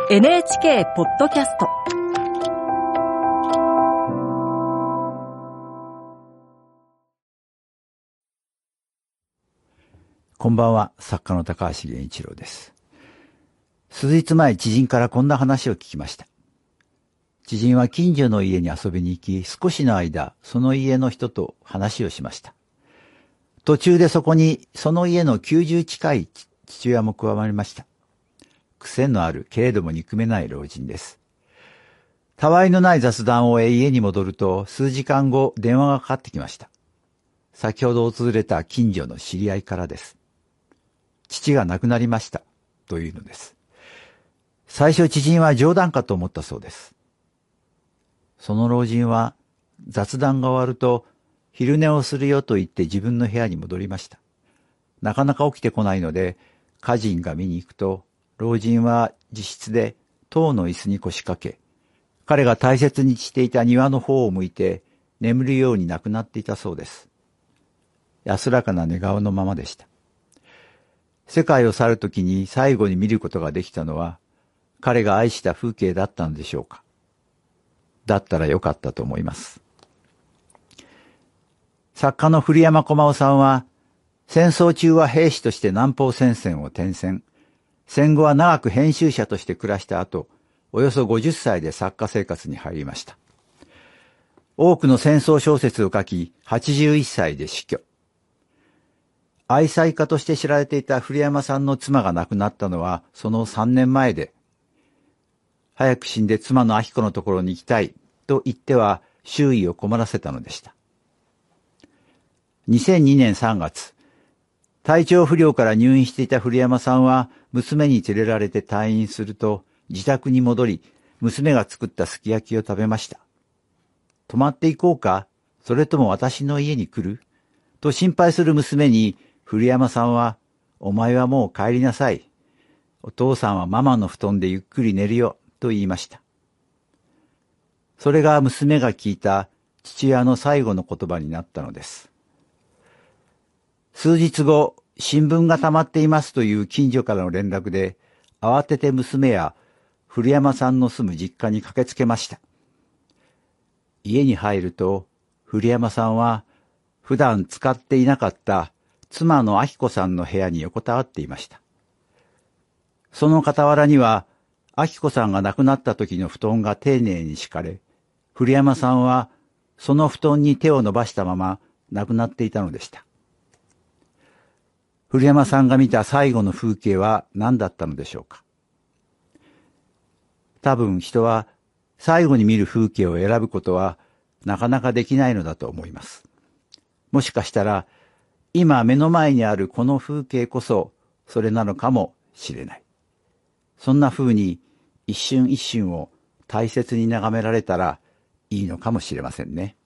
NHK ポッドキャスト。 こんばんは、作家の高橋源一郎です。数日前、知人からこんな話を聞きました。知人は近所の家に遊びに行き、少しの間、その家の人と話をしました。途中でそこに、その家の90近い父親も加わりました。癖のある、けれども憎めない老人です。たわいのない雑談を終え家に戻ると、数時間後、電話がかかってきました。先ほど訪れた近所の知り合いからです。父が亡くなりました、というのです。最初知人は冗談かと思ったそうです。その老人は雑談が終わると昼寝をするよと言って自分の部屋に戻りました。なかなか起きてこないので家人が見に行くと老人は自室で塔の椅子に腰掛け、彼が大切にしていた庭の方を向いて眠るように亡くなっていたそうです。安らかな寝顔のままでした。世界を去るときに最後に見ることができたのは彼が愛した風景だったのでしょうか。だったらよかったと思います。作家の古山駒夫さんは、戦争中は兵士として南方戦線を転戦。戦後は長く編集者として暮らした後、およそ50歳で作家生活に入りました。多くの戦争小説を書き、81歳で死去。愛妻家として知られていた古山さんの妻が亡くなったのはその3年前で、早く死んで妻の明子のところに行きたいと言っては周囲を困らせたのでした。2002年3月、体調不良から入院していた古山さんは娘に連れられて退院すると自宅に戻り、娘が作ったすき焼きを食べました。泊まっていこうか、それとも私の家に来ると心配する娘に古山さんは、お前はもう帰りなさい。お父さんはママの布団でゆっくり寝るよ。と言いました。それが娘が聞いた父親の最後の言葉になったのです。数日後、新聞が溜まっていますという近所からの連絡で、慌てて娘や古山さんの住む実家に駆けつけました。家に入ると、古山さんは普段使っていなかった妻の明子さんの部屋に横たわっていました。その傍らには、明子さんが亡くなった時の布団が丁寧に敷かれ、古山さんはその布団に手を伸ばしたまま亡くなっていたのでした。古山さんが見た最後の風景は何だったのでしょうか。多分人は最後に見る風景を選ぶことはなかなかできないのだと思います。もしかしたら今目の前にあるこの風景こそそれなのかもしれない。そんな風に一瞬一瞬を大切に眺められたらいいのかもしれませんね。